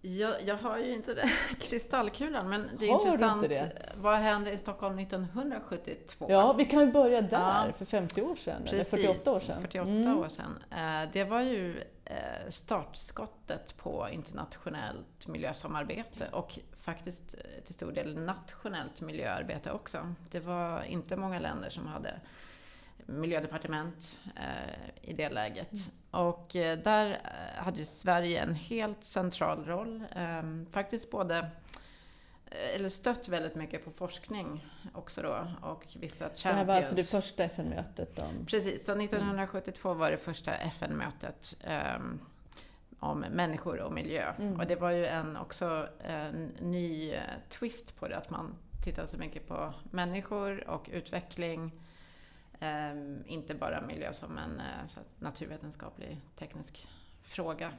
Jag, jag har ju inte det, kristallkulan, men det är Har du intressant. inte det? Vad hände i Stockholm nittonhundrasjuttiotvå? Ja, vi kan ju börja där, Ja, för femtio år sedan, precis, eller fyrtioåtta år sedan. fyrtioåtta Mm. år sedan. Eh, Det var ju eh, startskottet på internationellt miljösamarbete och faktiskt eh, till stor del nationellt miljöarbete också. Det var inte många länder som hade miljödepartement eh, i det läget. Mm. Och eh, där eh, hade Sverige en helt central roll. Eh, faktiskt både, eh, eller stött väldigt mycket på forskning också då, och vissa champions. Det här var alltså det första F N-mötet? Om... Precis, så nittonhundrasjuttiotvå var det första F N-mötet eh, om människor och miljö. Mm. Och det var ju en, också en ny eh, twist på det, att man tittade så mycket på människor och utveckling. Um, inte bara miljö som en uh, så naturvetenskaplig teknisk fråga.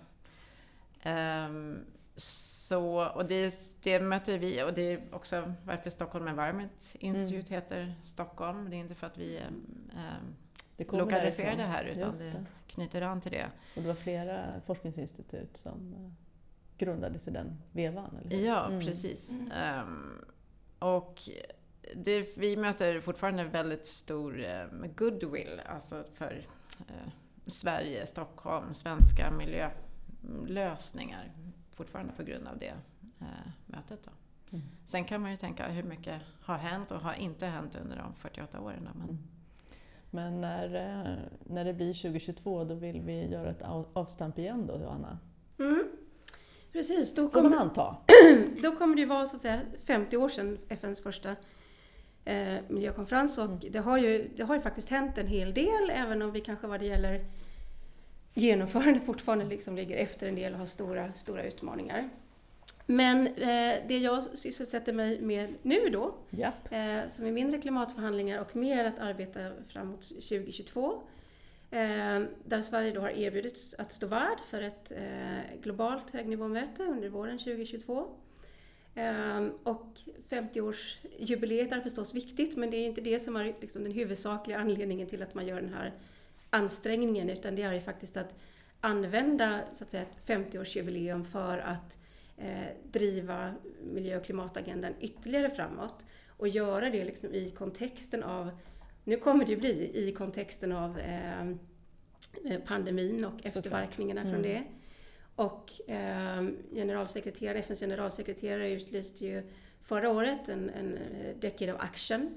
Um, så, och det, det möter vi, och det är också varför Stockholm Environment Institute mm. heter Stockholm. Det är inte för att vi um, det lokaliserar det här, utan det. det knyter an till det. Och det var flera forskningsinstitut som uh, grundades i den vevan, eller hur? Ja, mm. precis. Um, och Det, vi möter fortfarande väldigt stor eh, goodwill alltså för eh, Sverige, Stockholm, svenska miljölösningar fortfarande på grund av det eh, mötet. Då. Mm. Sen kan man ju tänka hur mycket har hänt och har inte hänt under de fyrtioåtta åren. Då, men mm. men när, när det blir tjugohundratjugotvå, då vill vi göra ett avstamp igen då, Anna? Mm. Precis, då kommer, man anta. då kommer det vara så att säga femtio år sedan F N:s första Eh, miljökonferens, och mm. det, har ju, det har ju faktiskt hänt en hel del, även om vi kanske vad det gäller genomförande fortfarande liksom ligger efter en del och har stora, stora utmaningar. Men eh, det jag sysselsätter mig med nu då, yep. eh, som är mindre klimatförhandlingar och mer att arbeta framåt tjugohundratjugotvå, eh, där Sverige då har erbjudits att stå värd för ett eh, globalt högnivåmöte under våren tjugohundratjugotvå. Um, och femtio-årsjubileet är förstås viktigt, men det är inte det som är liksom den huvudsakliga anledningen till att man gör den här ansträngningen, utan det är ju faktiskt att använda så att säga, ett femtio-årsjubileum för att eh, driva miljö- och klimatagendan ytterligare framåt och göra det liksom i kontexten av, nu kommer det ju bli i kontexten av eh, pandemin och efterverkningarna mm. från det. Och eh, generalsekreterare, F N:s generalsekreterare utlyste ju förra året en, en Decade of Action.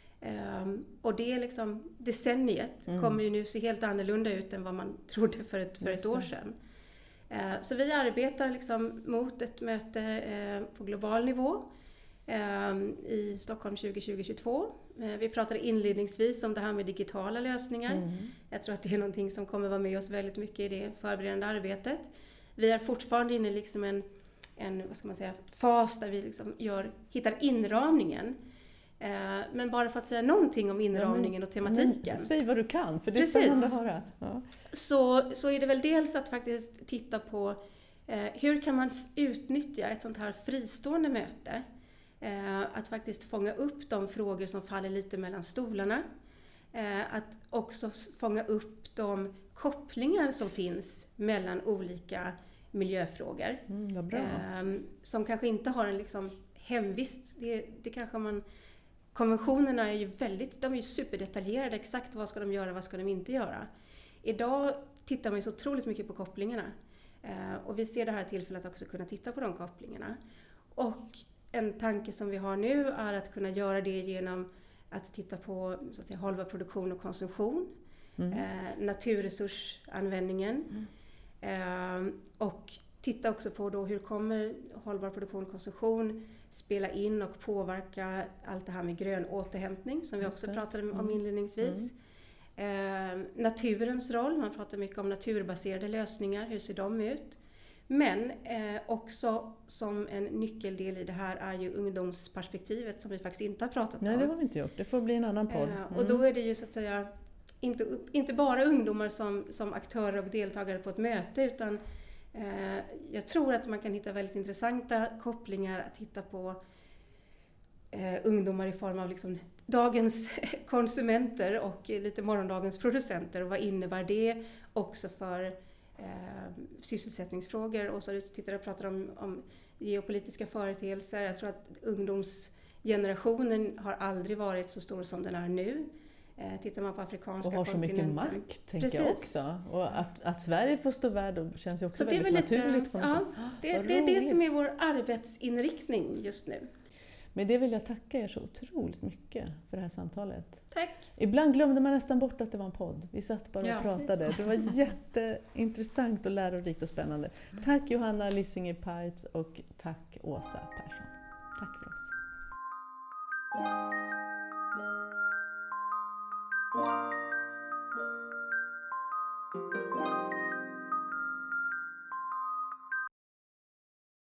Eh, och det liksom, decenniet mm. kommer ju nu se helt annorlunda ut än vad man trodde för ett, för ett år sedan. Eh, så vi arbetar liksom mot ett möte eh, på global nivå eh, i Stockholm tjugo tjugo tjugotvå. Eh, vi pratade inledningsvis om det här med digitala lösningar. Mm. Jag tror att det är någonting som kommer vara med oss väldigt mycket i det förberedande arbetet. Vi är fortfarande inne i liksom en, en vad ska man säga, fas där vi liksom gör, hittar inramningen. Eh, men bara för att säga någonting om inramningen ja, men, och tematiken. Men, säg vad du kan, för det är Precis. Spännande att höra. Ja. Så, så är det väl dels att faktiskt titta på eh, hur kan man f- utnyttja ett sånt här fristående möte. Eh, att faktiskt fånga upp de frågor som faller lite mellan stolarna. Eh, att också fånga upp de kopplingar som finns mellan olika miljöfrågor. Mm, vad bra. Eh, som kanske inte har en liksom hemvist. Det, det kanske man, konventionerna är ju väldigt, de är ju superdetaljerade. Exakt vad ska de göra, vad ska de inte göra. Idag tittar man ju så otroligt mycket på kopplingarna. Eh, och vi ser det här tillfället att också kunna titta på de kopplingarna. Och en tanke som vi har nu är att kunna göra det genom att titta på så att säga, hållbar produktion och konsumtion. Mm. Eh, naturresursanvändningen. Mm. Eh, och titta också på då hur kommer hållbar produktion och konsumtion spela in och påverka allt det här med grön återhämtning som vi också pratade om mm. inledningsvis. Mm. Eh, naturens roll, man pratar mycket om naturbaserade lösningar, hur ser de ut? Men eh, också som en nyckeldel i det här är ju ungdomsperspektivet som vi faktiskt inte har pratat Nej, om. Nej, det har vi inte gjort. Det får bli en annan podd. Mm. Eh, och då är det ju så att säga inte, inte bara ungdomar som, som aktörer och deltagare på ett möte, utan eh, jag tror att man kan hitta väldigt intressanta kopplingar att hitta på eh, ungdomar i form av liksom dagens konsumenter och lite morgondagens producenter. Och vad innebär det också för eh, sysselsättningsfrågor. Och så du tittar och pratar om, om geopolitiska företeelser. Jag tror att ungdomsgenerationen har aldrig varit så stor som den är nu. Eh, tittar man på afrikanska och har så mycket makt, tänker jag också. Och att, att Sverige får stå värd känns ju också så väldigt det är naturligt lite, på något ja, sätt. Det, det är det som är vår arbetsinriktning just nu. Men det vill jag tacka er så otroligt mycket för det här samtalet. Tack! Ibland glömde man nästan bort att det var en podd. Vi satt bara och ja, pratade. Precis. Det var jätteintressant och lärorikt och spännande. Tack Johanna Lissinger-Peitz och tack Åsa Persson. Tack för oss. Thank you.